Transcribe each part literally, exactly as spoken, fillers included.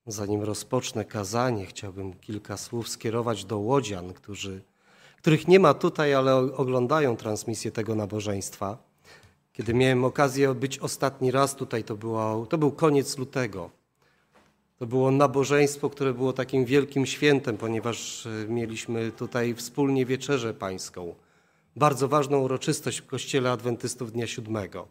Zanim rozpocznę kazanie, chciałbym kilka słów skierować do łodzian, którzy, których nie ma tutaj, ale oglądają transmisję tego nabożeństwa. Kiedy miałem okazję być ostatni raz tutaj, to, było, to był koniec lutego. To było nabożeństwo, które było takim wielkim świętem, ponieważ mieliśmy tutaj wspólnie wieczerzę pańską. Bardzo ważną uroczystość w Kościele Adwentystów Dnia Siódmego.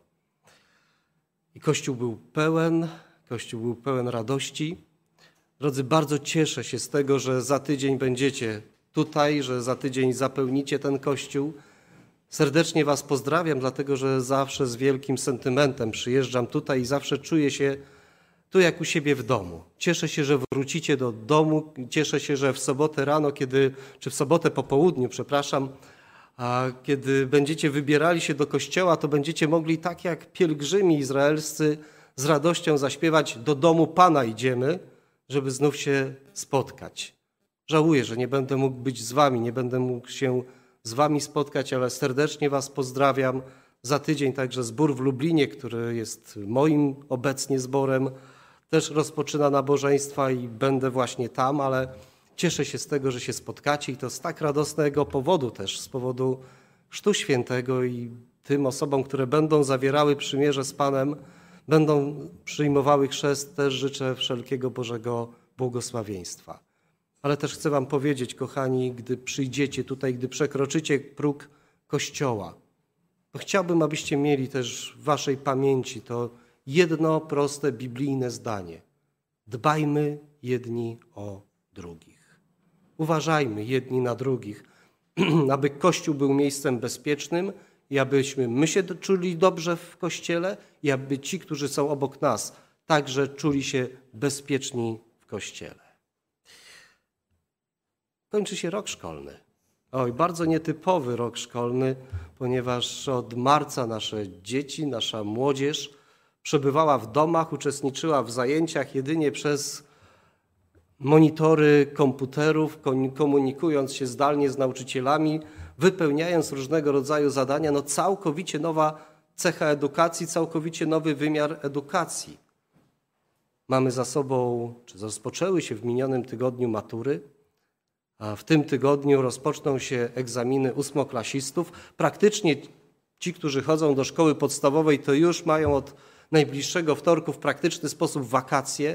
I Kościół był pełen, Kościół był pełen radości. Drodzy, bardzo cieszę się z tego, że za tydzień będziecie tutaj, że za tydzień zapełnicie ten Kościół. Serdecznie was pozdrawiam, dlatego że zawsze z wielkim sentymentem przyjeżdżam tutaj i zawsze czuję się tu jak u siebie w domu. Cieszę się, że wrócicie do domu. Cieszę się, że w sobotę rano, kiedy, czy w sobotę po południu, przepraszam, a kiedy będziecie wybierali się do kościoła, to będziecie mogli tak jak pielgrzymi izraelscy z radością zaśpiewać: do domu Pana idziemy, żeby znów się spotkać. Żałuję, że nie będę mógł być z wami, nie będę mógł się z wami spotkać, ale serdecznie was pozdrawiam. Za tydzień także zbór w Lublinie, który jest moim obecnie zborem, też rozpoczyna nabożeństwa i będę właśnie tam, ale cieszę się z tego, że się spotkacie i to z tak radosnego powodu też, z powodu Chrztu Świętego i tym osobom, które będą zawierały przymierze z Panem, będą przyjmowały chrzest, też życzę wszelkiego Bożego błogosławieństwa. Ale też chcę wam powiedzieć, kochani, gdy przyjdziecie tutaj, gdy przekroczycie próg Kościoła, to chciałbym, abyście mieli też w waszej pamięci to jedno proste biblijne zdanie. Dbajmy jedni o drugich. Uważajmy jedni na drugich, aby Kościół był miejscem bezpiecznym i abyśmy my się czuli dobrze w Kościele i aby ci, którzy są obok nas, także czuli się bezpieczni w Kościele. Kończy się rok szkolny. Oj, bardzo nietypowy rok szkolny, ponieważ od marca nasze dzieci, nasza młodzież przebywała w domach, uczestniczyła w zajęciach jedynie przez monitory komputerów, komunikując się zdalnie z nauczycielami, wypełniając różnego rodzaju zadania. No całkowicie nowa cecha edukacji, całkowicie nowy wymiar edukacji. Mamy za sobą, czy rozpoczęły się w minionym tygodniu matury, a w tym tygodniu rozpoczną się egzaminy ósmoklasistów. Praktycznie ci, którzy chodzą do szkoły podstawowej, to już mają od najbliższego wtorku w praktyczny sposób wakacje.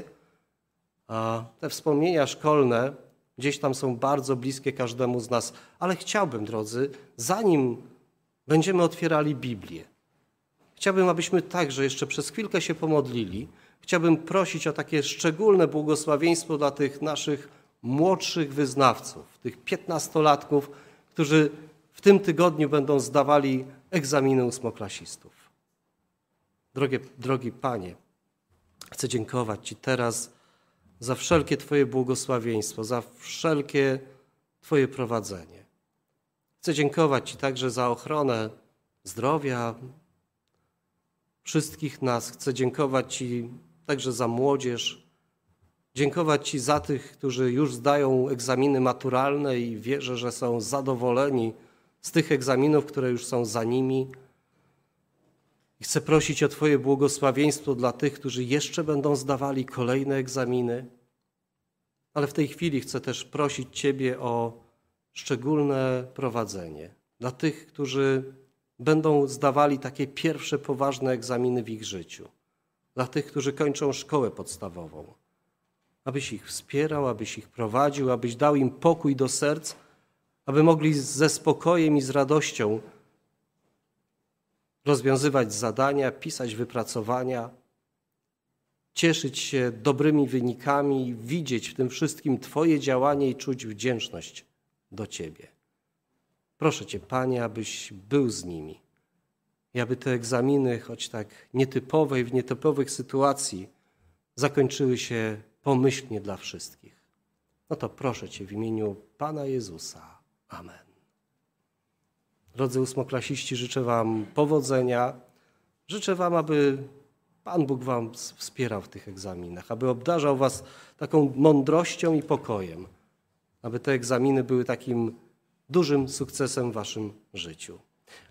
A te wspomnienia szkolne gdzieś tam są bardzo bliskie każdemu z nas. Ale chciałbym, drodzy, zanim będziemy otwierali Biblię, chciałbym, abyśmy także jeszcze przez chwilkę się pomodlili. Chciałbym prosić o takie szczególne błogosławieństwo dla tych naszych młodszych wyznawców, tych piętnastolatków, którzy w tym tygodniu będą zdawali egzaminy ósmoklasistów. Drogie, drogi Panie, chcę dziękować Ci teraz za wszelkie Twoje błogosławieństwo, za wszelkie Twoje prowadzenie. Chcę dziękować Ci także za ochronę zdrowia wszystkich nas. Chcę dziękować Ci także za młodzież, dziękować Ci za tych, którzy już zdają egzaminy maturalne i wierzę, że są zadowoleni z tych egzaminów, które już są za nimi. I chcę prosić o Twoje błogosławieństwo dla tych, którzy jeszcze będą zdawali kolejne egzaminy. Ale w tej chwili chcę też prosić Ciebie o szczególne prowadzenie dla tych, którzy będą zdawali takie pierwsze poważne egzaminy w ich życiu. Dla tych, którzy kończą szkołę podstawową. Abyś ich wspierał, abyś ich prowadził, abyś dał im pokój do serc, aby mogli ze spokojem i z radością rozwiązywać zadania, pisać wypracowania, cieszyć się dobrymi wynikami, widzieć w tym wszystkim Twoje działanie i czuć wdzięczność do Ciebie. Proszę Cię, Panie, abyś był z nimi i aby te egzaminy, choć tak nietypowe i w nietypowych sytuacji, zakończyły się pomyślnie dla wszystkich. No to proszę Cię w imieniu Pana Jezusa. Amen. Drodzy ósmoklasiści, życzę wam powodzenia. Życzę wam, aby Pan Bóg wam wspierał w tych egzaminach, aby obdarzał was taką mądrością i pokojem, aby te egzaminy były takim dużym sukcesem w waszym życiu.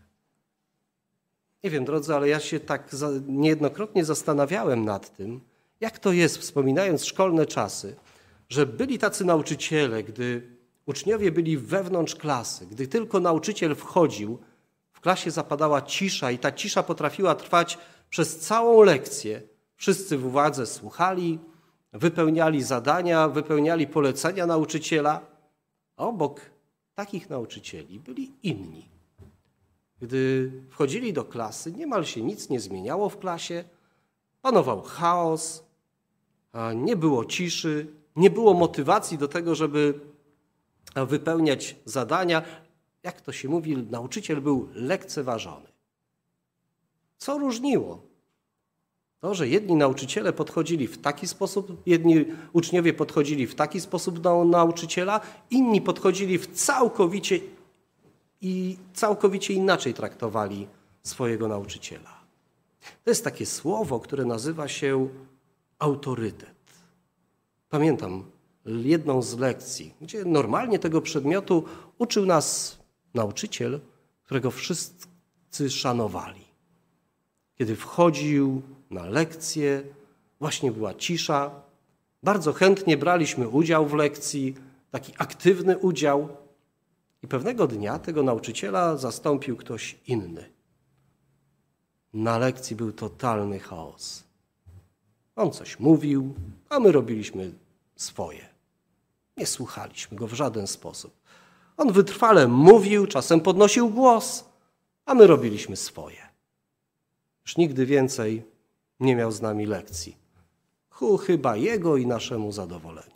Nie wiem, drodzy, ale ja się tak niejednokrotnie zastanawiałem nad tym, Jak to jest, wspominając szkolne czasy, że byli tacy nauczyciele, gdy uczniowie byli wewnątrz klasy, gdy tylko nauczyciel wchodził, w klasie zapadała cisza i ta cisza potrafiła trwać przez całą lekcję. Wszyscy w uwadze słuchali, wypełniali zadania, wypełniali polecenia nauczyciela. A obok takich nauczycieli byli inni. Gdy wchodzili do klasy, niemal się nic nie zmieniało w klasie, panował chaos, nie było ciszy, nie było motywacji do tego, żeby wypełniać zadania. Jak to się mówi, nauczyciel był lekceważony. Co różniło? To, że jedni nauczyciele podchodzili w taki sposób, jedni uczniowie podchodzili w taki sposób do nauczyciela, inni podchodzili w całkowicie i całkowicie inaczej traktowali swojego nauczyciela. To jest takie słowo, które nazywa się autorytet. Pamiętam jedną z lekcji, gdzie normalnie tego przedmiotu uczył nas nauczyciel, którego wszyscy szanowali. Kiedy wchodził na lekcję, właśnie była cisza, bardzo chętnie braliśmy udział w lekcji, taki aktywny udział. I pewnego dnia tego nauczyciela zastąpił ktoś inny. Na lekcji był totalny chaos. On coś mówił, a my robiliśmy swoje. Nie słuchaliśmy go w żaden sposób. On wytrwale mówił, czasem podnosił głos, a my robiliśmy swoje. Już nigdy więcej nie miał z nami lekcji. Ku chyba jego i naszemu zadowoleniu.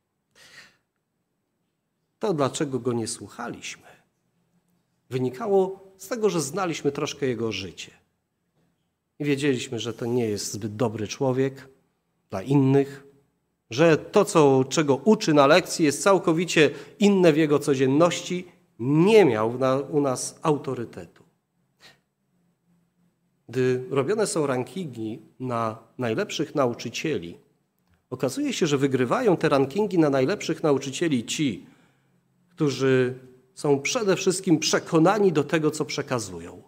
To, dlaczego go nie słuchaliśmy, wynikało z tego, że znaliśmy troszkę jego życie. I wiedzieliśmy, że to nie jest zbyt dobry człowiek dla innych, że to, co, czego uczy na lekcji, jest całkowicie inne w jego codzienności. Nie miał na, u nas autorytetu. Gdy robione są rankingi na najlepszych nauczycieli, okazuje się, że wygrywają te rankingi na najlepszych nauczycieli ci, którzy są przede wszystkim przekonani do tego, co przekazują.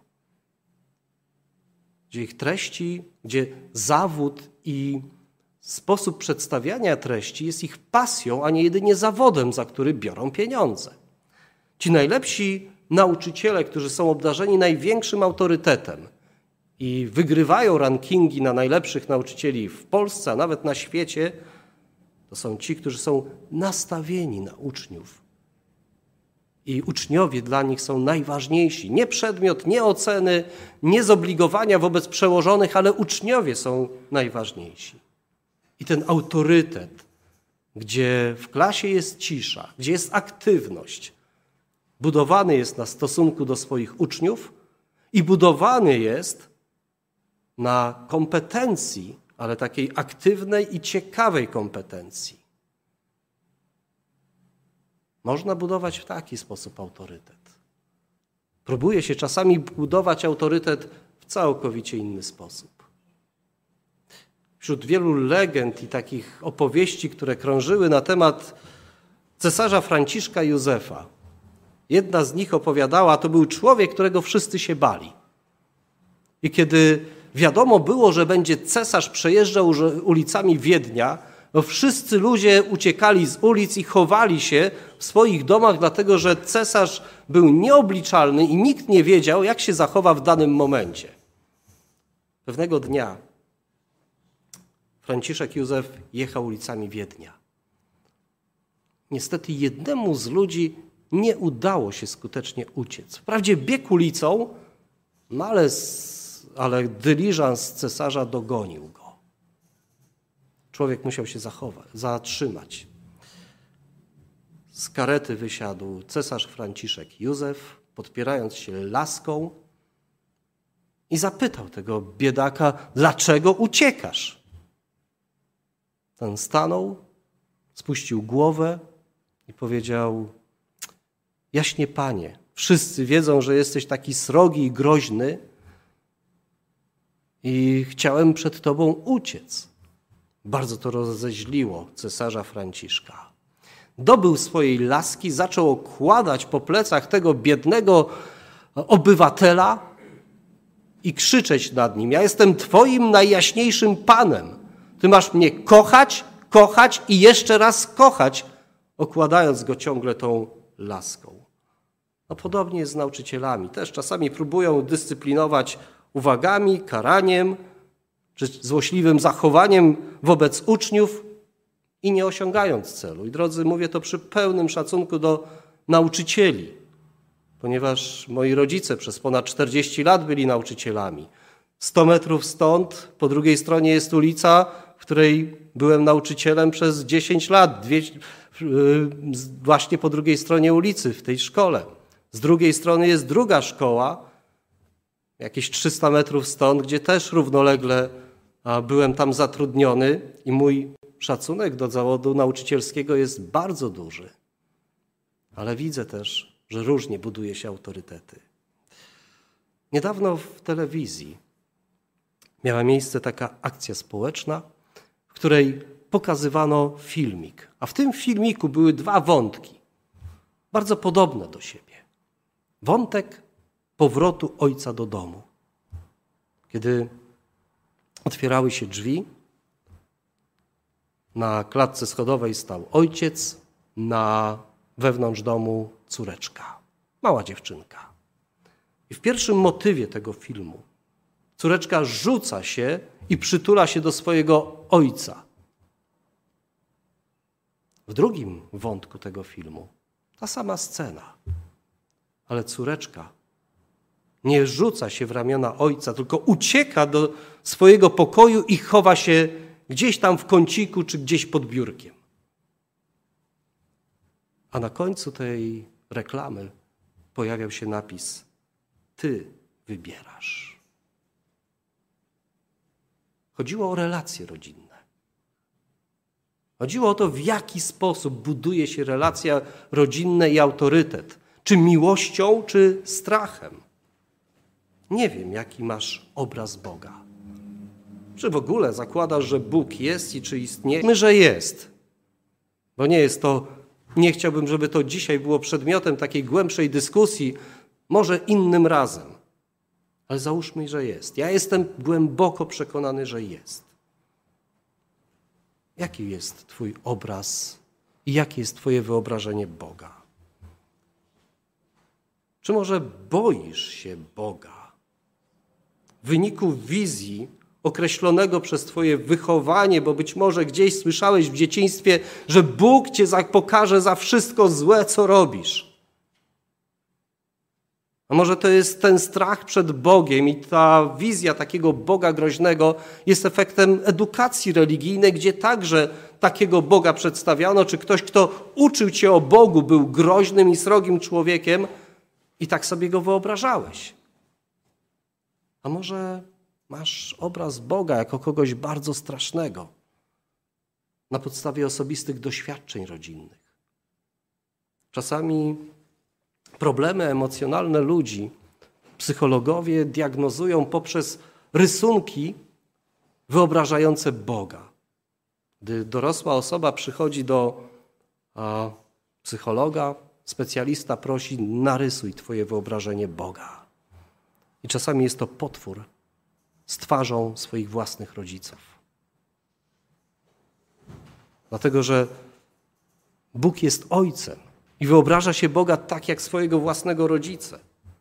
Gdzie ich treści, gdzie zawód i sposób przedstawiania treści jest ich pasją, a nie jedynie zawodem, za który biorą pieniądze. Ci najlepsi nauczyciele, którzy są obdarzeni największym autorytetem i wygrywają rankingi na najlepszych nauczycieli w Polsce, a nawet na świecie, to są ci, którzy są nastawieni na uczniów. I uczniowie dla nich są najważniejsi. Nie przedmiot, nie oceny, nie zobligowania wobec przełożonych, ale uczniowie są najważniejsi. I ten autorytet, gdzie w klasie jest cisza, gdzie jest aktywność, budowany jest na stosunku do swoich uczniów i budowany jest na kompetencji, ale takiej aktywnej i ciekawej kompetencji. Można budować w taki sposób autorytet. Próbuje się czasami budować autorytet w całkowicie inny sposób. Wśród wielu legend i takich opowieści, które krążyły na temat cesarza Franciszka Józefa, jedna z nich opowiadała, to był człowiek, którego wszyscy się bali. I kiedy wiadomo było, że będzie cesarz przejeżdżał ulicami Wiednia, no wszyscy ludzie uciekali z ulic i chowali się w swoich domach, dlatego że cesarz był nieobliczalny i nikt nie wiedział, jak się zachowa w danym momencie. Pewnego dnia Franciszek Józef jechał ulicami Wiednia. Niestety jednemu z ludzi nie udało się skutecznie uciec. Wprawdzie biegł ulicą, no ale, ale dyliżans cesarza dogonił go. Człowiek musiał się zachować, zatrzymać. Z karety wysiadł cesarz Franciszek Józef, podpierając się laską i zapytał tego biedaka, dlaczego uciekasz? Ten stanął, spuścił głowę i powiedział, jaśnie Panie, wszyscy wiedzą, że jesteś taki srogi i groźny i chciałem przed Tobą uciec. Bardzo to rozeźliło cesarza Franciszka. Dobył swojej laski, zaczął okładać po plecach tego biednego obywatela i krzyczeć nad nim, ja jestem Twoim najjaśniejszym Panem. Ty masz mnie kochać, kochać i jeszcze raz kochać, okładając go ciągle tą laską. No podobnie jest z nauczycielami. Też czasami próbują dyscyplinować uwagami, karaniem, czy złośliwym zachowaniem wobec uczniów i nie osiągając celu. I drodzy, mówię to przy pełnym szacunku do nauczycieli, ponieważ moi rodzice przez ponad czterdzieści lat byli nauczycielami. sto metrów stąd, po drugiej stronie jest ulica, w której byłem nauczycielem przez dziesięć lat, dwie, właśnie po drugiej stronie ulicy, w tej szkole. Z drugiej strony jest druga szkoła, jakieś trzysta metrów stąd, gdzie też równolegle byłem tam zatrudniony i mój szacunek do zawodu nauczycielskiego jest bardzo duży. Ale widzę też, że różnie buduje się autorytety. Niedawno w telewizji miała miejsce taka akcja społeczna, w której pokazywano filmik. A w tym filmiku były dwa wątki, bardzo podobne do siebie. Wątek powrotu ojca do domu. Kiedy otwierały się drzwi, na klatce schodowej stał ojciec, na wewnątrz domu córeczka, mała dziewczynka. I w pierwszym motywie tego filmu córeczka rzuca się i przytula się do swojego ojca. W drugim wątku tego filmu ta sama scena, ale córeczka nie rzuca się w ramiona ojca, tylko ucieka do swojego pokoju i chowa się gdzieś tam w kąciku czy gdzieś pod biurkiem. A na końcu tej reklamy pojawiał się napis: ty wybierasz. Chodziło o relacje rodzinne. Chodziło o to, w jaki sposób buduje się relacja rodzinna i autorytet. Czy miłością, czy strachem. Nie wiem, jaki masz obraz Boga. Czy w ogóle zakładasz, że Bóg jest i czy istnieje? My, że jest. Bo nie jest to, nie chciałbym, żeby to dzisiaj było przedmiotem takiej głębszej dyskusji, może innym razem. Ale załóżmy, że jest. Ja jestem głęboko przekonany, że jest. Jaki jest twój obraz i jakie jest twoje wyobrażenie Boga? Czy może boisz się Boga w wyniku wizji określonego przez twoje wychowanie, bo być może gdzieś słyszałeś w dzieciństwie, że Bóg cię pokaże za wszystko złe, co robisz? A może to jest ten strach przed Bogiem i ta wizja takiego Boga groźnego jest efektem edukacji religijnej, gdzie także takiego Boga przedstawiano, czy ktoś, kto uczył cię o Bogu, był groźnym i srogim człowiekiem i tak sobie go wyobrażałeś. A może masz obraz Boga jako kogoś bardzo strasznego na podstawie osobistych doświadczeń rodzinnych. Czasami problemy emocjonalne ludzi psychologowie diagnozują poprzez rysunki wyobrażające Boga. Gdy dorosła osoba przychodzi do a, psychologa, specjalista prosi: narysuj twoje wyobrażenie Boga. I czasami jest to potwór z twarzą swoich własnych rodziców. Dlatego, że Bóg jest Ojcem i wyobraża się Boga tak jak swojego własnego rodzica.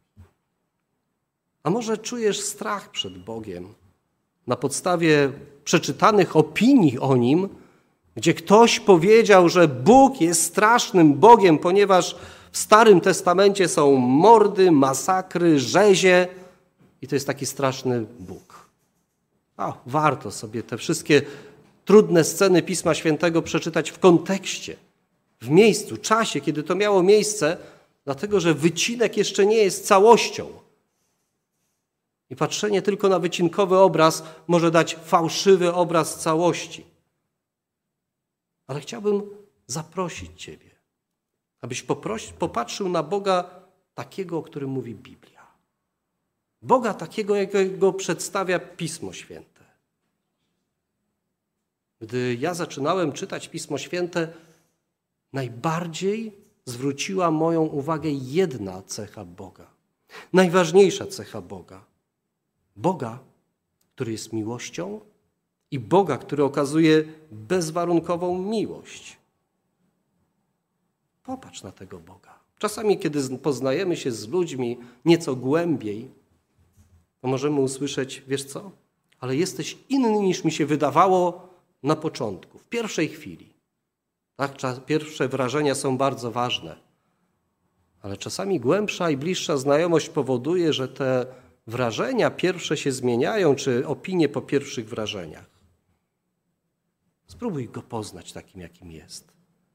A może czujesz strach przed Bogiem na podstawie przeczytanych opinii o Nim, gdzie ktoś powiedział, że Bóg jest strasznym Bogiem, ponieważ w Starym Testamencie są mordy, masakry, rzezie i to jest taki straszny Bóg. A, warto sobie te wszystkie trudne sceny Pisma Świętego przeczytać w kontekście, w miejscu, czasie, kiedy to miało miejsce, dlatego że wycinek jeszcze nie jest całością. I patrzenie tylko na wycinkowy obraz może dać fałszywy obraz całości. Ale chciałbym zaprosić ciebie, abyś poprosi, popatrzył na Boga takiego, o którym mówi Biblia. Boga takiego, jakiego przedstawia Pismo Święte. Gdy ja zaczynałem czytać Pismo Święte, najbardziej zwróciła moją uwagę jedna cecha Boga. Najważniejsza cecha Boga. Boga, który jest miłością i Boga, który okazuje bezwarunkową miłość. Popatrz na tego Boga. Czasami, kiedy poznajemy się z ludźmi nieco głębiej, to możemy usłyszeć, wiesz co, ale jesteś inny niż mi się wydawało na początku, w pierwszej chwili. Tak, pierwsze wrażenia są bardzo ważne, ale czasami głębsza i bliższa znajomość powoduje, że te wrażenia pierwsze się zmieniają, czy opinie po pierwszych wrażeniach. Spróbuj go poznać takim, jakim jest.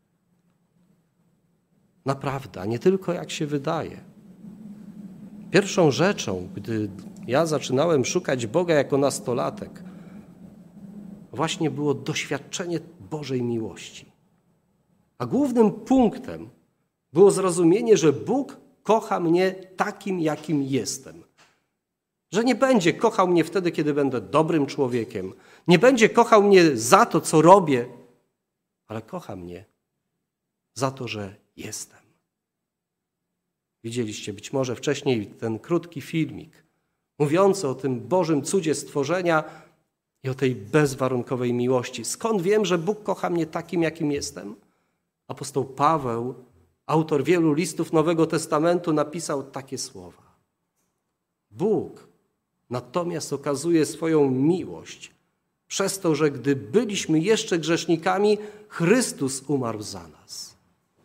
Naprawdę, a nie tylko jak się wydaje. Pierwszą rzeczą, gdy ja zaczynałem szukać Boga jako nastolatek, właśnie było doświadczenie Bożej miłości. A głównym punktem było zrozumienie, że Bóg kocha mnie takim, jakim jestem. Że nie będzie kochał mnie wtedy, kiedy będę dobrym człowiekiem. Nie będzie kochał mnie za to, co robię, ale kocha mnie za to, że jestem. Widzieliście być może wcześniej ten krótki filmik mówiący o tym Bożym cudzie stworzenia i o tej bezwarunkowej miłości. Skąd wiem, że Bóg kocha mnie takim, jakim jestem? Apostoł Paweł, autor wielu listów Nowego Testamentu, napisał takie słowa. Bóg natomiast okazuje swoją miłość przez to, że gdy byliśmy jeszcze grzesznikami, Chrystus umarł za nas.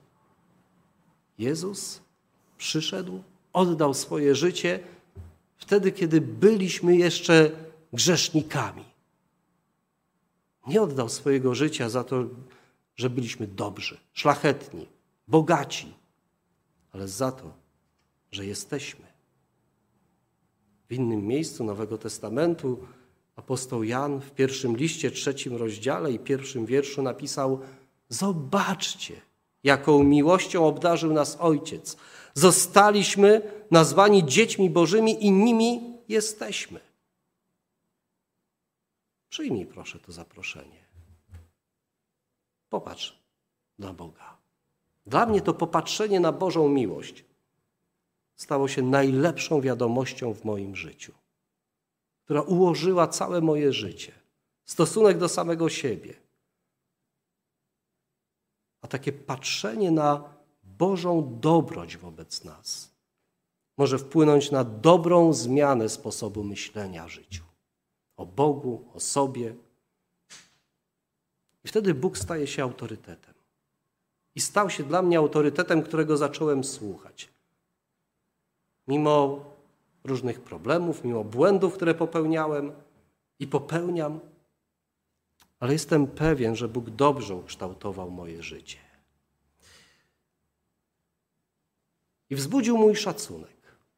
Jezus przyszedł, oddał swoje życie wtedy, kiedy byliśmy jeszcze grzesznikami. Nie oddał swojego życia za to, że byliśmy dobrzy, szlachetni, bogaci, ale za to, że jesteśmy. W innym miejscu Nowego Testamentu apostoł Jan w pierwszym liście, trzecim rozdziale i pierwszym wierszu napisał: zobaczcie, jaką miłością obdarzył nas Ojciec. Zostaliśmy nazwani dziećmi Bożymi i nimi jesteśmy. Przyjmij proszę to zaproszenie. Popatrz na Boga. Dla mnie to popatrzenie na Bożą miłość stało się najlepszą wiadomością w moim życiu, która ułożyła całe moje życie, stosunek do samego siebie. A takie patrzenie na Bożą dobroć wobec nas może wpłynąć na dobrą zmianę sposobu myślenia o życiu, o Bogu, o sobie. I wtedy Bóg staje się autorytetem. I stał się dla mnie autorytetem, którego zacząłem słuchać. Mimo różnych problemów, mimo błędów, które popełniałem i popełniam, ale jestem pewien, że Bóg dobrze ukształtował moje życie. I wzbudził mój szacunek.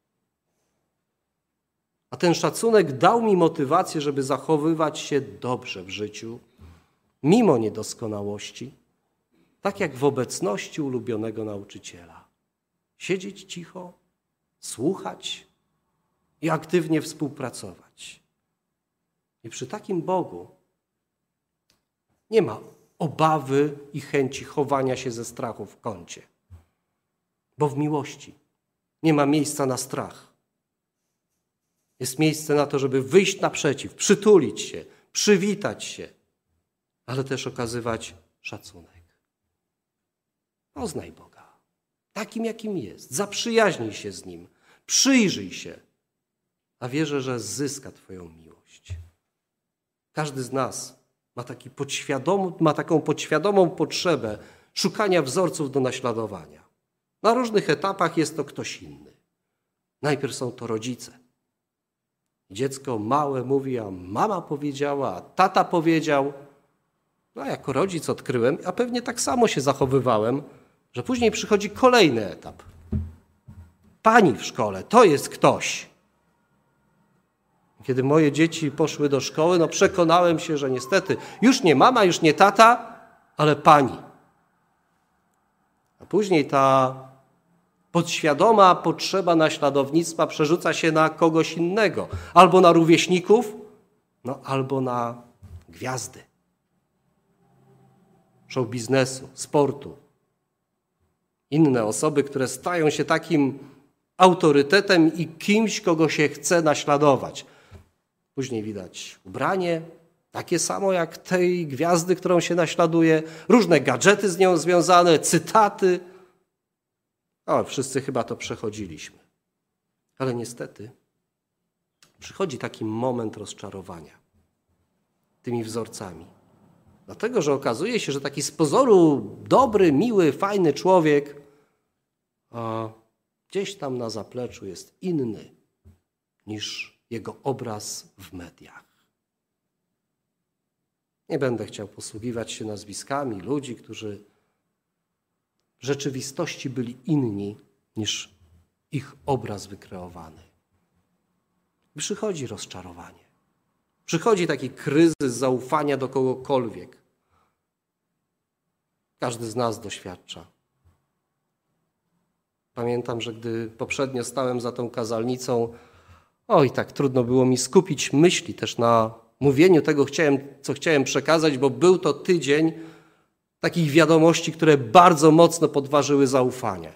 A ten szacunek dał mi motywację, żeby zachowywać się dobrze w życiu, mimo niedoskonałości, tak jak w obecności ulubionego nauczyciela. Siedzieć cicho, słuchać i aktywnie współpracować. I przy takim Bogu nie ma obawy i chęci chowania się ze strachu w kącie. Bo w miłości nie ma miejsca na strach. Jest miejsce na to, żeby wyjść naprzeciw, przytulić się, przywitać się, ale też okazywać szacunek. Poznaj Boga takim, jakim jest. Zaprzyjaźnij się z Nim. Przyjrzyj się, a wierzę, że zyska Twoją miłość. Każdy z nas ma, taki podświadom, ma taką podświadomą potrzebę szukania wzorców do naśladowania. Na różnych etapach jest to ktoś inny. Najpierw są to rodzice. Dziecko małe mówi, a mama powiedziała, a tata powiedział. No a jako rodzic odkryłem, a pewnie tak samo się zachowywałem, że później przychodzi kolejny etap. Pani w szkole, to jest ktoś. Kiedy moje dzieci poszły do szkoły, no przekonałem się, że niestety już nie mama, już nie tata, ale pani. A później ta podświadoma potrzeba naśladownictwa przerzuca się na kogoś innego. Albo na rówieśników, no albo na gwiazdy. Show biznesu, sportu. Inne osoby, które stają się takim autorytetem i kimś, kogo się chce naśladować. Później widać ubranie, Takie samo jak tej gwiazdy, którą się naśladuje, różne gadżety z nią związane, cytaty. O, wszyscy chyba to przechodziliśmy. Ale niestety przychodzi taki moment rozczarowania tymi wzorcami. Dlatego, że okazuje się, że taki z pozoru dobry, miły, fajny człowiek, a gdzieś tam na zapleczu jest inny niż jego obraz w mediach. Nie będę chciał posługiwać się nazwiskami ludzi, którzy w rzeczywistości byli inni niż ich obraz wykreowany. Przychodzi rozczarowanie. Przychodzi taki kryzys zaufania do kogokolwiek. Każdy z nas doświadcza. Pamiętam, że gdy poprzednio stałem za tą kazalnicą, oj, tak trudno było mi skupić myśli też na mówieniu tego, co chciałem przekazać, bo był to tydzień takich wiadomości, które bardzo mocno podważyły zaufanie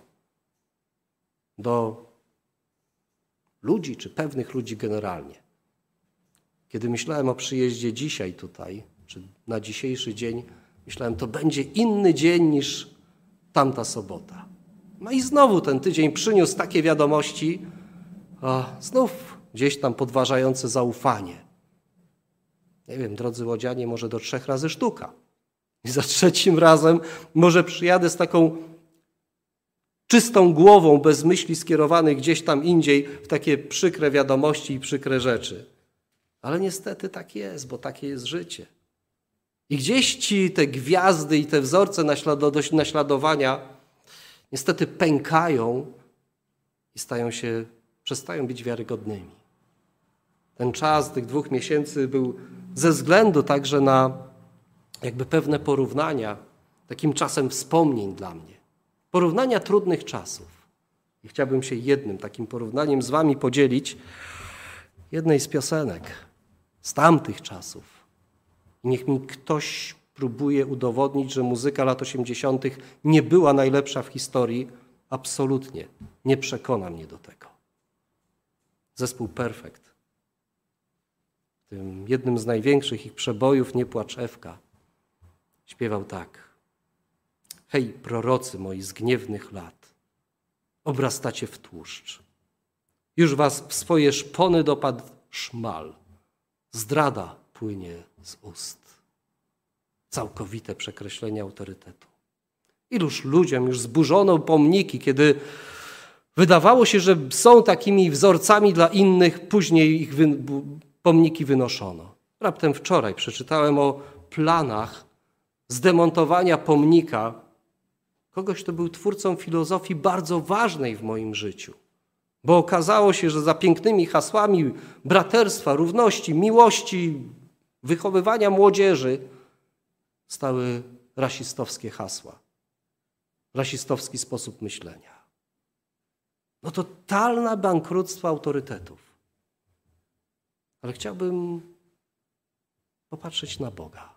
do ludzi, czy pewnych ludzi generalnie. Kiedy myślałem o przyjeździe dzisiaj tutaj, czy na dzisiejszy dzień, myślałem, to będzie inny dzień niż tamta sobota. No i znowu ten tydzień przyniósł takie wiadomości, a znów gdzieś tam podważające zaufanie. Nie wiem, drodzy łodzianie, może do trzech razy sztuka. I za trzecim razem może przyjadę z taką czystą głową, bez myśli skierowanych gdzieś tam indziej w takie przykre wiadomości i przykre rzeczy. Ale niestety tak jest, bo takie jest życie. I gdzieś ci te gwiazdy i te wzorce naśladowania niestety pękają i stają się, przestają być wiarygodnymi. Ten czas tych dwóch miesięcy był ze względu także na jakby pewne porównania, takim czasem wspomnień dla mnie. Porównania trudnych czasów. I chciałbym się jednym takim porównaniem z wami podzielić, jednej z piosenek z tamtych czasów. I niech mi ktoś próbuje udowodnić, że muzyka lat osiemdziesiątych nie była najlepsza w historii. Absolutnie nie przekona mnie do tego. Zespół Perfekt. W tym jednym z największych ich przebojów, Nie płacz Ewka, śpiewał tak. Hej, prorocy moi z gniewnych lat, obrastacie w tłuszcz. Już was w swoje szpony dopadł szmal. Zdrada płynie z ust. Całkowite przekreślenie autorytetu. Iluż ludziom już zburzono pomniki, kiedy wydawało się, że są takimi wzorcami dla innych, później ich wy... pomniki wynoszono. Raptem wczoraj przeczytałem o planach zdemontowania pomnika kogoś, kto był twórcą filozofii bardzo ważnej w moim życiu. Bo okazało się, że za pięknymi hasłami braterstwa, równości, miłości, wychowywania młodzieży stały rasistowskie hasła. Rasistowski sposób myślenia. No totalne bankructwo autorytetów. Ale chciałbym popatrzeć na Boga.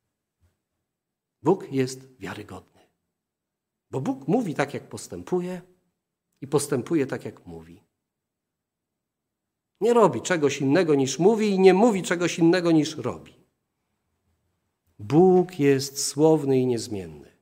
Bóg jest wiarygodny. Bo Bóg mówi tak, jak postępuje i postępuje tak, jak mówi. Nie robi czegoś innego niż mówi i nie mówi czegoś innego niż robi. Bóg jest słowny i niezmienny.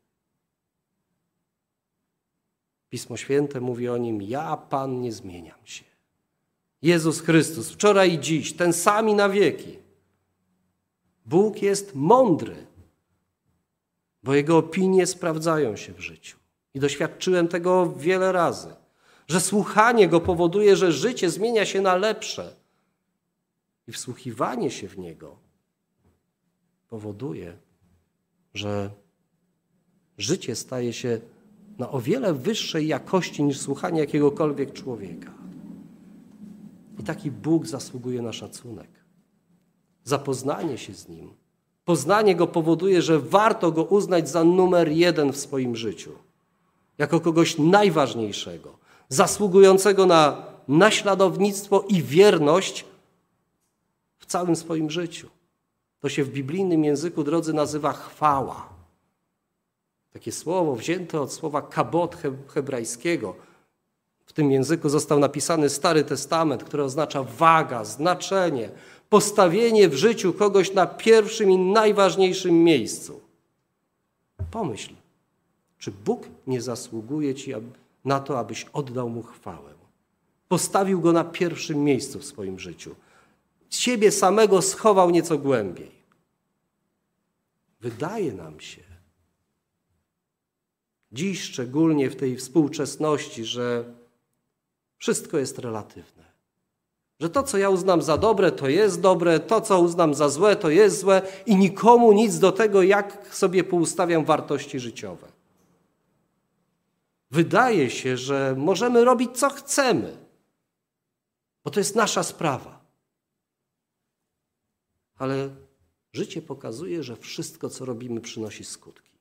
Pismo Święte mówi o Nim, ja Pan nie zmieniam się. Jezus Chrystus, wczoraj i dziś, ten sam i na wieki. Bóg jest mądry, bo Jego opinie sprawdzają się w życiu. I doświadczyłem tego wiele razy, że słuchanie Go powoduje, że życie zmienia się na lepsze. I wsłuchiwanie się w Niego powoduje, że życie staje się na o wiele wyższej jakości niż słuchanie jakiegokolwiek człowieka. I taki Bóg zasługuje na szacunek. Zapoznanie się z Nim. Poznanie Go powoduje, że warto Go uznać za numer jeden w swoim życiu. Jako kogoś najważniejszego, zasługującego na naśladownictwo i wierność w całym swoim życiu. To się w biblijnym języku, drodzy, nazywa chwała. Takie słowo wzięte od słowa kabot hebrajskiego. W tym języku został napisany Stary Testament, który oznacza waga, znaczenie, postawienie w życiu kogoś na pierwszym i najważniejszym miejscu. Pomyśl, czy Bóg nie zasługuje ci na to, abyś oddał Mu chwałę? Postawił Go na pierwszym miejscu w swoim życiu. Siebie samego schował nieco głębiej. Wydaje nam się, dziś szczególnie w tej współczesności, że wszystko jest relatywne. Że to, co ja uznam za dobre, to jest dobre, to, co uznam za złe, to jest złe i nikomu nic do tego, jak sobie poustawiam wartości życiowe. Wydaje się, że możemy robić, co chcemy, bo to jest nasza sprawa. Ale życie pokazuje, że wszystko, co robimy, przynosi skutki.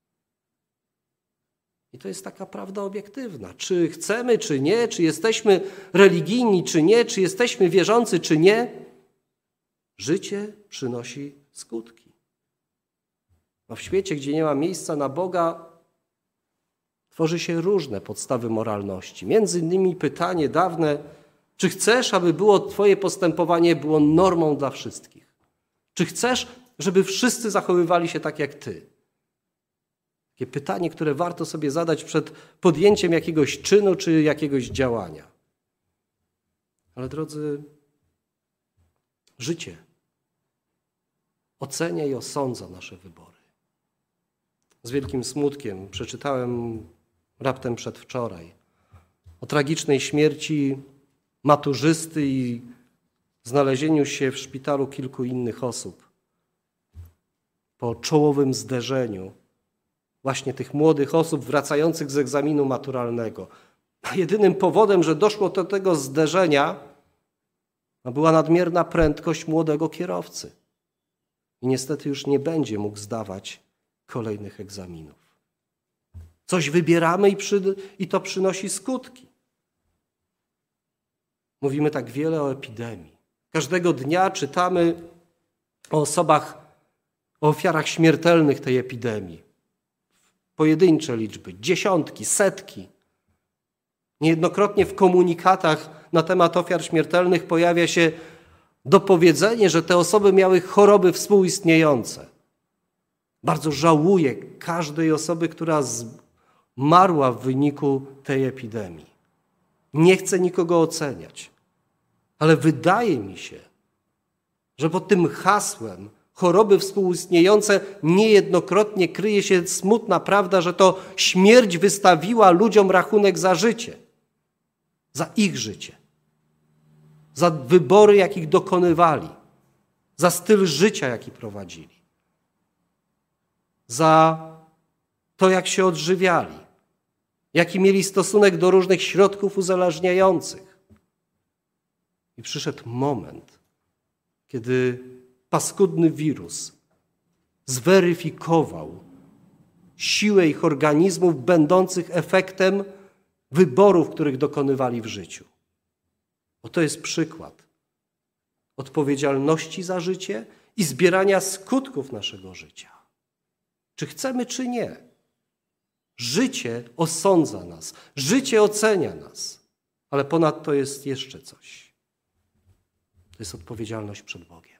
I to jest taka prawda obiektywna. Czy chcemy, czy nie, czy jesteśmy religijni, czy nie, czy jesteśmy wierzący, czy nie, życie przynosi skutki. No w świecie, gdzie nie ma miejsca na Boga, tworzy się różne podstawy moralności. Między innymi pytanie dawne, czy chcesz, aby było Twoje postępowanie było normą dla wszystkich? Czy chcesz, żeby wszyscy zachowywali się tak jak Ty? Takie pytanie, które warto sobie zadać przed podjęciem jakiegoś czynu czy jakiegoś działania. Ale drodzy, życie ocenia i osądza nasze wybory. Z wielkim smutkiem przeczytałem raptem przedwczoraj o tragicznej śmierci maturzysty i znalezieniu się w szpitalu kilku innych osób po czołowym zderzeniu właśnie tych młodych osób wracających z egzaminu maturalnego. A jedynym powodem, że doszło do tego zderzenia, była nadmierna prędkość młodego kierowcy. I niestety już nie będzie mógł zdawać kolejnych egzaminów. Coś wybieramy i, przy, i to przynosi skutki. Mówimy tak wiele o epidemii. Każdego dnia czytamy o osobach, o ofiarach śmiertelnych tej epidemii. Pojedyncze liczby, dziesiątki, setki. Niejednokrotnie w komunikatach na temat ofiar śmiertelnych pojawia się dopowiedzenie, że te osoby miały choroby współistniejące. Bardzo żałuję każdej osoby, która zmarła w wyniku tej epidemii. Nie chcę nikogo oceniać, ale wydaje mi się, że pod tym hasłem choroby współistniejące niejednokrotnie kryje się smutna prawda, że to śmierć wystawiła ludziom rachunek za życie, za ich życie, za wybory, jakich dokonywali, za styl życia, jaki prowadzili, za to, jak się odżywiali, jaki mieli stosunek do różnych środków uzależniających. I przyszedł moment, kiedy paskudny wirus zweryfikował siłę ich organizmów będących efektem wyborów, których dokonywali w życiu. Bo to jest przykład odpowiedzialności za życie i zbierania skutków naszego życia. Czy chcemy, czy nie. Życie osądza nas, życie ocenia nas, ale ponadto jest jeszcze coś. To jest odpowiedzialność przed Bogiem.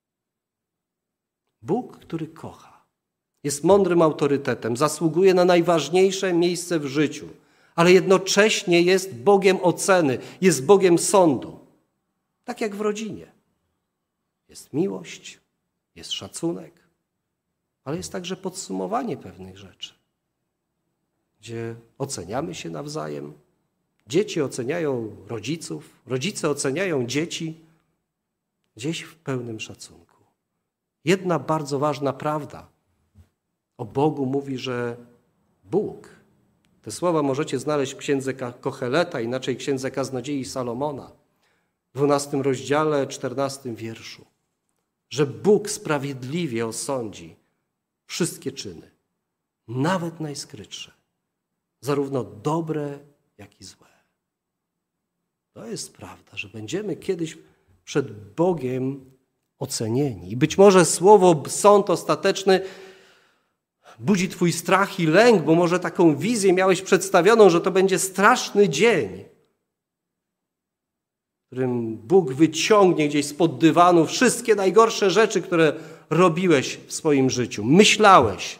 Bóg, który kocha, jest mądrym autorytetem, zasługuje na najważniejsze miejsce w życiu, ale jednocześnie jest Bogiem oceny, jest Bogiem sądu. Tak jak w rodzinie. Jest miłość, jest szacunek, ale jest także podsumowanie pewnych rzeczy, gdzie oceniamy się nawzajem, dzieci oceniają rodziców, rodzice oceniają dzieci, gdzieś w pełnym szacunku. Jedna bardzo ważna prawda o Bogu mówi, że Bóg, te słowa możecie znaleźć w księdze Kocheleta, inaczej księdze Kaznodziei Salomona, w dwunastym rozdziale, czternastym wierszu, że Bóg sprawiedliwie osądzi wszystkie czyny, nawet najskrytsze, zarówno dobre, jak i złe. To jest prawda, że będziemy kiedyś przed Bogiem ocenieni. I być może słowo sąd ostateczny budzi twój strach i lęk, bo może taką wizję miałeś przedstawioną, że to będzie straszny dzień, w którym Bóg wyciągnie gdzieś spod dywanu wszystkie najgorsze rzeczy, które robiłeś w swoim życiu, myślałeś.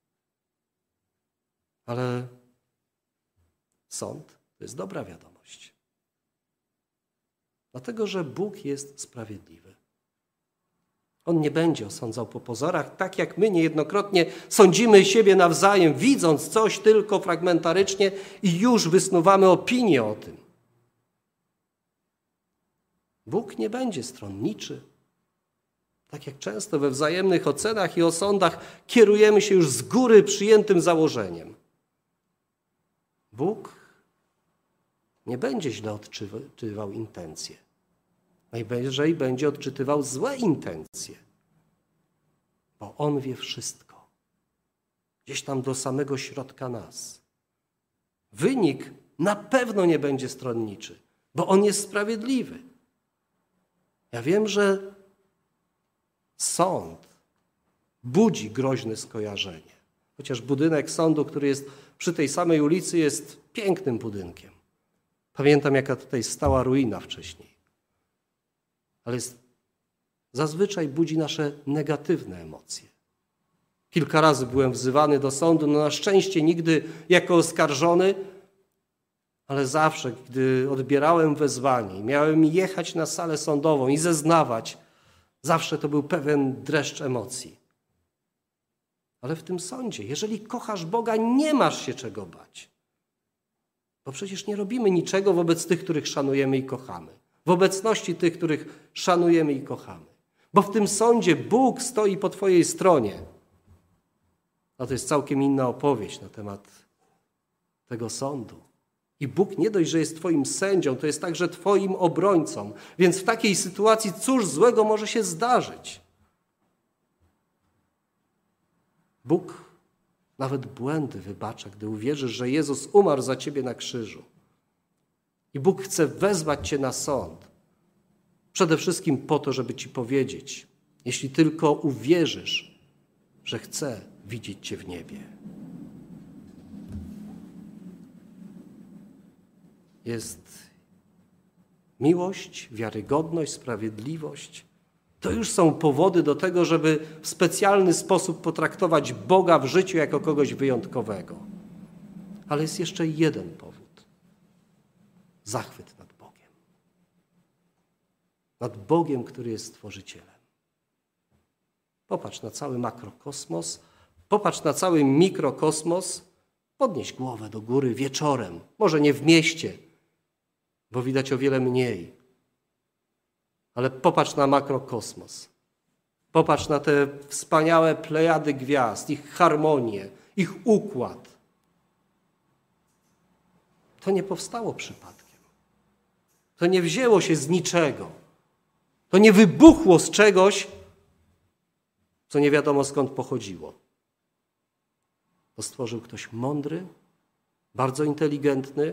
Ale sąd to jest dobra wiadomość. Dlatego, że Bóg jest sprawiedliwy. On nie będzie osądzał po pozorach, tak jak my niejednokrotnie sądzimy siebie nawzajem, widząc coś tylko fragmentarycznie i już wysnuwamy opinię o tym. Bóg nie będzie stronniczy. Tak jak często we wzajemnych ocenach i osądach kierujemy się już z góry przyjętym założeniem. Bóg nie będzie źle odczytywał intencje. Najwyżej będzie odczytywał złe intencje, bo On wie wszystko. Gdzieś tam do samego środka nas. Wynik na pewno nie będzie stronniczy, bo On jest sprawiedliwy. Ja wiem, że sąd budzi groźne skojarzenie. Chociaż budynek sądu, który jest przy tej samej ulicy, jest pięknym budynkiem. Pamiętam, jaka tutaj stała ruina wcześniej. Ale jest, zazwyczaj budzi nasze negatywne emocje. Kilka razy byłem wzywany do sądu, no na szczęście nigdy jako oskarżony, ale zawsze, gdy odbierałem wezwanie i miałem jechać na salę sądową i zeznawać, zawsze to był pewien dreszcz emocji. Ale w tym sądzie, jeżeli kochasz Boga, nie masz się czego bać. Bo przecież nie robimy niczego wobec tych, których szanujemy i kochamy. W obecności tych, których szanujemy i kochamy. Bo w tym sądzie Bóg stoi po twojej stronie. No to jest całkiem inna opowieść na temat tego sądu. I Bóg nie dość, że jest twoim sędzią, to jest także twoim obrońcą. Więc w takiej sytuacji cóż złego może się zdarzyć? Bóg nawet błędy wybacza, gdy uwierzysz, że Jezus umarł za ciebie na krzyżu. I Bóg chce wezwać cię na sąd. Przede wszystkim po to, żeby ci powiedzieć, jeśli tylko uwierzysz, że chce widzieć cię w niebie. Jest miłość, wiarygodność, sprawiedliwość. To już są powody do tego, żeby w specjalny sposób potraktować Boga w życiu jako kogoś wyjątkowego. Ale jest jeszcze jeden powód. Zachwyt nad Bogiem. Nad Bogiem, który jest Stworzycielem. Popatrz na cały makrokosmos, popatrz na cały mikrokosmos, podnieś głowę do góry wieczorem, może nie w mieście, bo widać o wiele mniej. Ale popatrz na makrokosmos. Popatrz na te wspaniałe plejady gwiazd, ich harmonię, ich układ. To nie powstało przypadkiem. To nie wzięło się z niczego. To nie wybuchło z czegoś, co nie wiadomo skąd pochodziło. To stworzył ktoś mądry, bardzo inteligentny.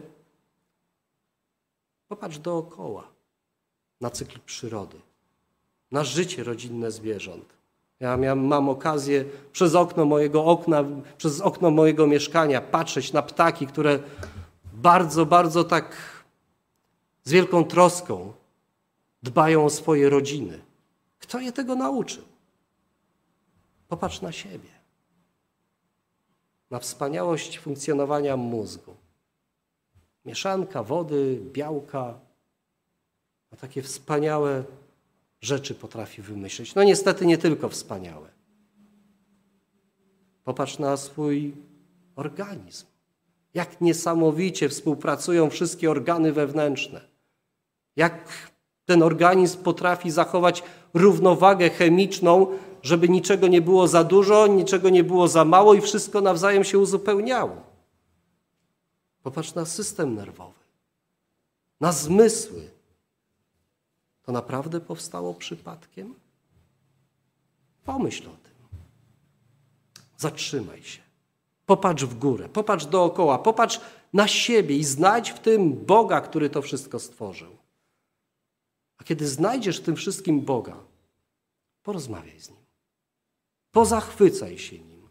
Popatrz dookoła na cykl przyrody, na życie rodzinne zwierząt. Ja miałem, mam okazję przez okno mojego okna, przez okno mojego mieszkania patrzeć na ptaki, które bardzo, bardzo tak z wielką troską dbają o swoje rodziny. Kto je tego nauczył? Popatrz na siebie. Na wspaniałość funkcjonowania mózgu. Mieszanka wody, białka, a takie wspaniałe rzeczy potrafi wymyślić. No niestety nie tylko wspaniałe. Popatrz na swój organizm. Jak niesamowicie współpracują wszystkie organy wewnętrzne. Jak ten organizm potrafi zachować równowagę chemiczną, żeby niczego nie było za dużo, niczego nie było za mało i wszystko nawzajem się uzupełniało. Popatrz na system nerwowy, na zmysły. To naprawdę powstało przypadkiem? Pomyśl o tym. Zatrzymaj się. Popatrz w górę, popatrz dookoła, popatrz na siebie i znajdź w tym Boga, który to wszystko stworzył. A kiedy znajdziesz w tym wszystkim Boga, porozmawiaj z Nim. Pozachwycaj się Nim.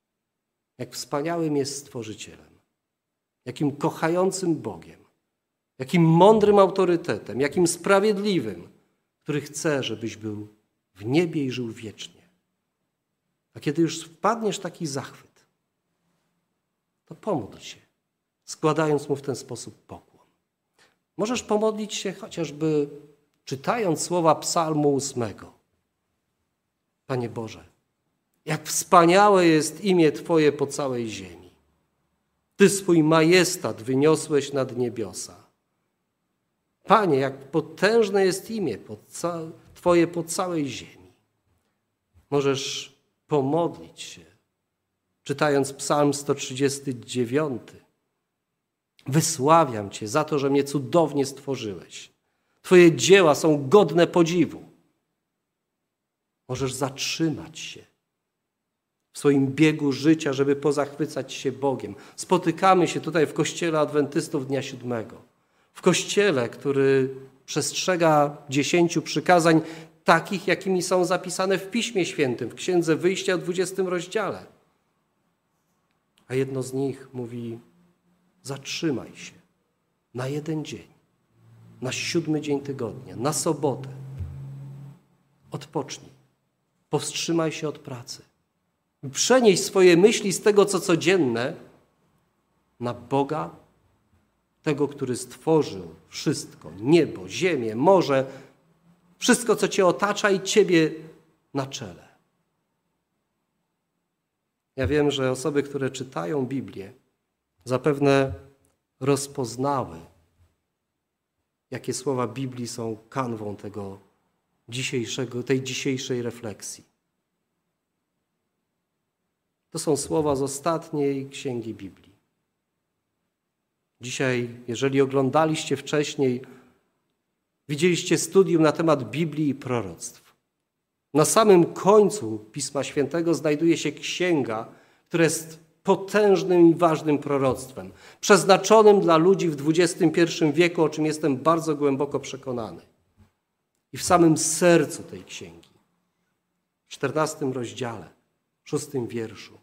Jak wspaniałym jest Stworzycielem. Jakim kochającym Bogiem. jakim mądrym autorytetem, jakim sprawiedliwym, który chce, żebyś był w niebie i żył wiecznie. A kiedy już wpadniesz w taki zachwyt, to pomódl się, składając mu w ten sposób pokłon. Możesz pomodlić się chociażby czytając słowa psalmu ósmego. Panie Boże, jak wspaniałe jest imię Twoje po całej ziemi. Ty swój majestat wyniosłeś nad niebiosa. Panie, jak potężne jest imię Twoje po całej ziemi. Możesz pomodlić się, czytając psalm sto trzydziesty dziewiąty. Wysławiam Cię za to, że mnie cudownie stworzyłeś. Twoje dzieła są godne podziwu. Możesz zatrzymać się w swoim biegu życia, żeby pozachwycać się Bogiem. Spotykamy się tutaj w Kościele Adwentystów Dnia Siódmego. W Kościele, który przestrzega dziesięciu przykazań takich, jakimi są zapisane w Piśmie Świętym, w Księdze Wyjścia w dwudziestym rozdziale. A jedno z nich mówi: zatrzymaj się na jeden dzień, na siódmy dzień tygodnia, na sobotę. Odpocznij, powstrzymaj się od pracy. Przenieś swoje myśli z tego, co codzienne, na Boga, tego, który stworzył wszystko, niebo, ziemię, morze, wszystko, co Cię otacza i Ciebie na czele. Ja wiem, że osoby, które czytają Biblię, zapewne rozpoznały, jakie słowa Biblii są kanwą tego dzisiejszego, tej dzisiejszej refleksji. To są słowa z ostatniej księgi Biblii. Dzisiaj, jeżeli oglądaliście wcześniej, widzieliście studium na temat Biblii i proroctw. Na samym końcu Pisma Świętego znajduje się księga, która jest potężnym i ważnym proroctwem, przeznaczonym dla ludzi w dwudziestym pierwszym wieku, o czym jestem bardzo głęboko przekonany. I w samym sercu tej księgi, w czternastym rozdziale, szóstym wierszu,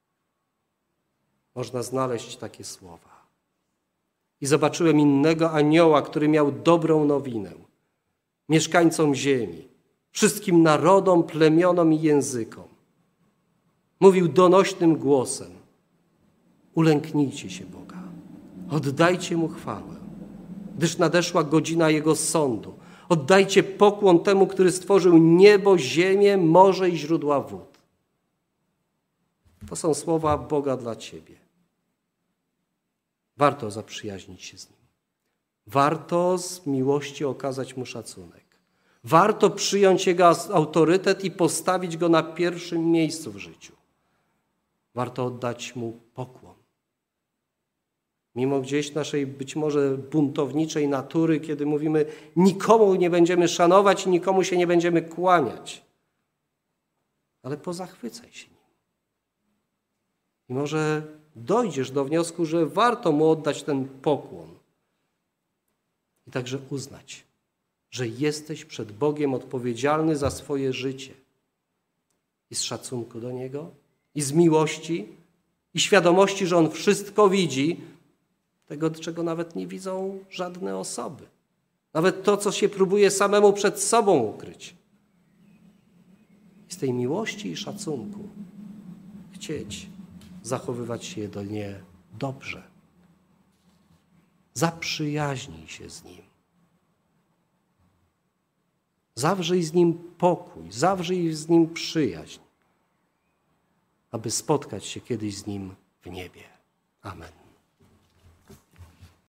można znaleźć takie słowa. I zobaczyłem innego anioła, który miał dobrą nowinę mieszkańcom ziemi, wszystkim narodom, plemionom i językom. Mówił donośnym głosem: ulęknijcie się Boga, oddajcie Mu chwałę, gdyż nadeszła godzina Jego sądu. Oddajcie pokłon temu, który stworzył niebo, ziemię, morze i źródła wód. To są słowa Boga dla ciebie. Warto zaprzyjaźnić się z Nim. Warto z miłości okazać Mu szacunek. Warto przyjąć Jego autorytet i postawić Go na pierwszym miejscu w życiu. Warto oddać Mu pokłon. Mimo gdzieś naszej być może buntowniczej natury, kiedy mówimy, nikomu nie będziemy szanować i nikomu się nie będziemy kłaniać. Ale pozachwycaj się Nim. I może dojdziesz do wniosku, że warto Mu oddać ten pokłon. I także uznać, że jesteś przed Bogiem odpowiedzialny za swoje życie. I z szacunku do Niego, i z miłości, i świadomości, że On wszystko widzi, tego, czego nawet nie widzą żadne osoby. Nawet to, co się próbuje samemu przed sobą ukryć. I z tej miłości i szacunku chcieć zachowywać się jedynie dobrze. Zaprzyjaźnij się z Nim. Zawrzyj z Nim pokój, zawrzyj z Nim przyjaźń, aby spotkać się kiedyś z Nim w niebie. Amen.